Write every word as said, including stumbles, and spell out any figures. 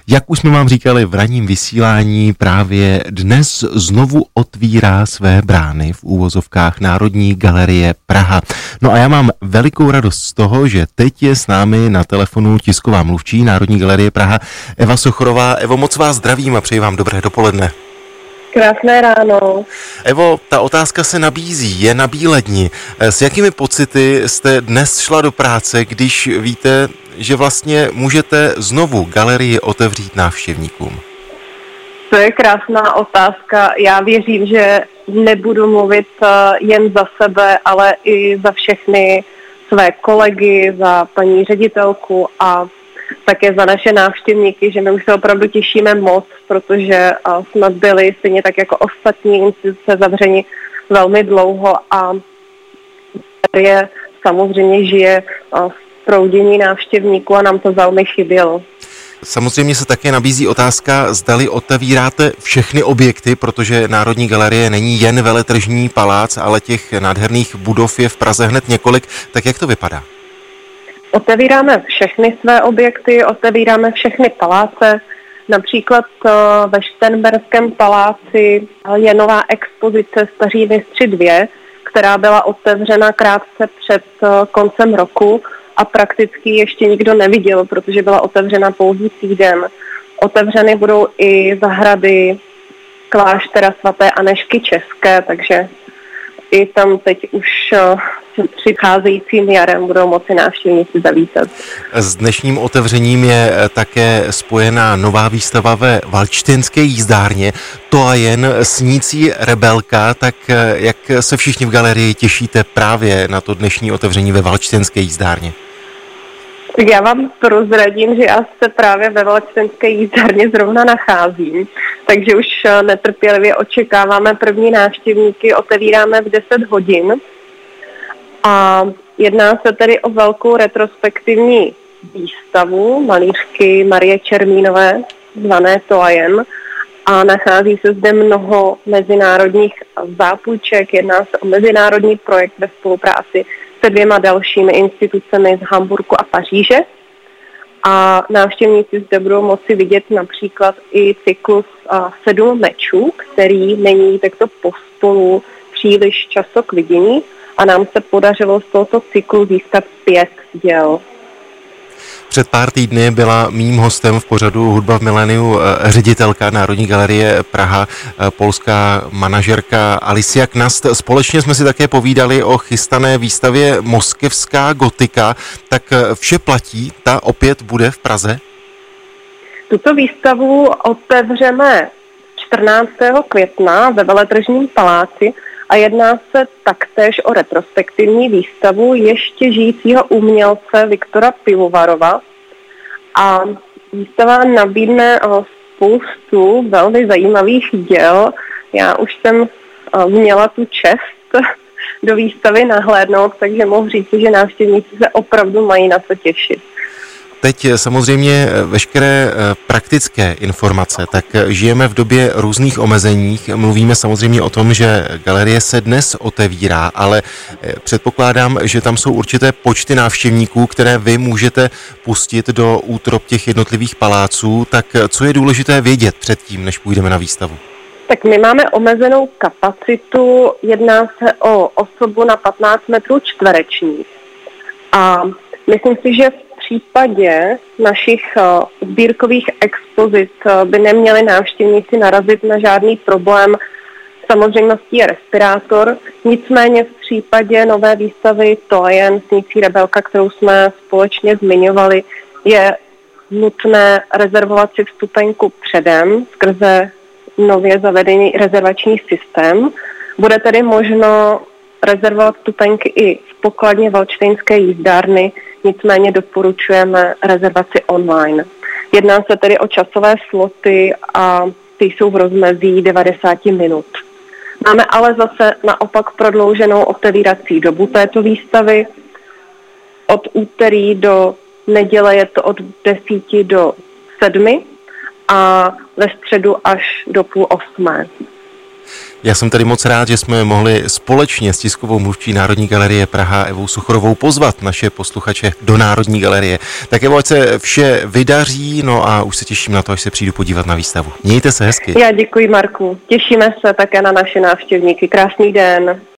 Jak už jsme vám říkali v ranním vysílání, právě dnes znovu otvírá své brány v úvozovkách Národní galerie Praha. No a já mám velikou radost z toho, že teď je s námi na telefonu tisková mluvčí Národní galerie Praha Eva Sochorová. Evo, moc vás zdravím a přeji vám dobré dopoledne. Krásné ráno. Evo, ta otázka se nabízí, je na bíledni. S jakými pocity jste dnes šla do práce, když víte, že vlastně můžete znovu galerii otevřít návštěvníkům? To je krásná otázka. Já věřím, že nebudu mluvit jen za sebe, ale i za všechny své kolegy, za paní ředitelku a také za naše návštěvníky, že my už se opravdu těšíme moc, protože jsme byli stejně tak jako ostatní instituce zavřeni velmi dlouho a je samozřejmě žije v proudění návštěvníků a nám to velmi chybělo. Samozřejmě se také nabízí otázka, zdali otevíráte všechny objekty, protože Národní galerie není jen veletržní palác, ale těch nádherných budov je v Praze hned několik. Tak jak to vypadá? Otevíráme všechny své objekty, otevíráme všechny paláce. Například ve Šternberském paláci je nová expozice Staří mistři dva, která byla otevřena krátce před koncem roku a prakticky ještě nikdo neviděl, protože byla otevřena pouhý týden. Otevřeny budou i zahrady kláštera svaté Anežky České, takže i tam teď už s přicházejícím jarem budou moci návštěvníci zavítat. S dnešním otevřením je také spojená nová výstava ve Valčtenské jízdárně. To a jen snící rebelka, tak jak se všichni v galerii těšíte právě na to dnešní otevření ve Valčtenské jízdárně? Tak já vám prozradím, že já se právě ve Valčtenské jízdárně zrovna nacházím, takže už netrpělivě očekáváme první návštěvníky, otevíráme v deset hodin a jedná se tedy o velkou retrospektivní výstavu malířky Marie Čermínové, zvané To a jen, a nachází se zde mnoho mezinárodních zápůjček, jedná se o mezinárodní projekt ve spolupráci se dvěma dalšími institucemi z Hamburku a Paříže. A návštěvníci zde budou moci vidět například i cyklus a, sedm mečů, který není takto pospolu příliš často k vidění a nám se podařilo z tohoto cyklu získat pět děl. Před pár týdny byla mým hostem v pořadu Hudba v miléniu ředitelka Národní galerie Praha, polská manažerka Alicia Knast. Společně jsme si také povídali o chystané výstavě Moskevská gotika. Tak vše platí, ta opět bude v Praze? Tuto výstavu otevřeme čtrnáctého května ve Veletržním paláci a jedná se taktéž o retrospektivní výstavu ještě žijícího umělce Viktora Pivovarova. A výstava nabídne spoustu velmi zajímavých děl. Já už jsem měla tu čest do výstavy nahlédnout, takže mohu říct, že návštěvníci se opravdu mají na co těšit. Teď samozřejmě veškeré praktické informace, tak žijeme v době různých omezení. Mluvíme samozřejmě o tom, že galerie se dnes otevírá, ale předpokládám, že tam jsou určité počty návštěvníků, které vy můžete pustit do útrop těch jednotlivých paláců. Tak co je důležité vědět předtím, než půjdeme na výstavu? Tak my máme omezenou kapacitu, jedná se o osobu na patnáct metrů čtverečních. A myslím si, že v případě našich sbírkových expozic by neměli návštěvníci narazit na žádný problém. Samozřejmostí je respirátor, nicméně v případě nové výstavy To a jen snící rebelka, kterou jsme společně zmiňovali, je nutné rezervovat si vstupenku předem skrze nově zavedený rezervační systém. Bude tedy možno rezervovat vstupenky i v pokladně Valčtejnské jízdárny, nicméně doporučujeme rezervaci online. Jedná se tedy o časové sloty a ty jsou v rozmezí devadesát minut. Máme ale zase naopak prodlouženou otevírací dobu této výstavy. Od úterý do neděle je to od desíti do sedmi a ve středu až do půl osmé. Já jsem tady moc rád, že jsme mohli společně s tiskovou mluvčí Národní galerie Praha Evou Suchorovou pozvat naše posluchače do Národní galerie. Tak Evo, ať se vše vydaří, no a už se těším na to, až se přijdu podívat na výstavu. Mějte se hezky. Já děkuji, Marku. Těšíme se také na naše návštěvníky. Krásný den.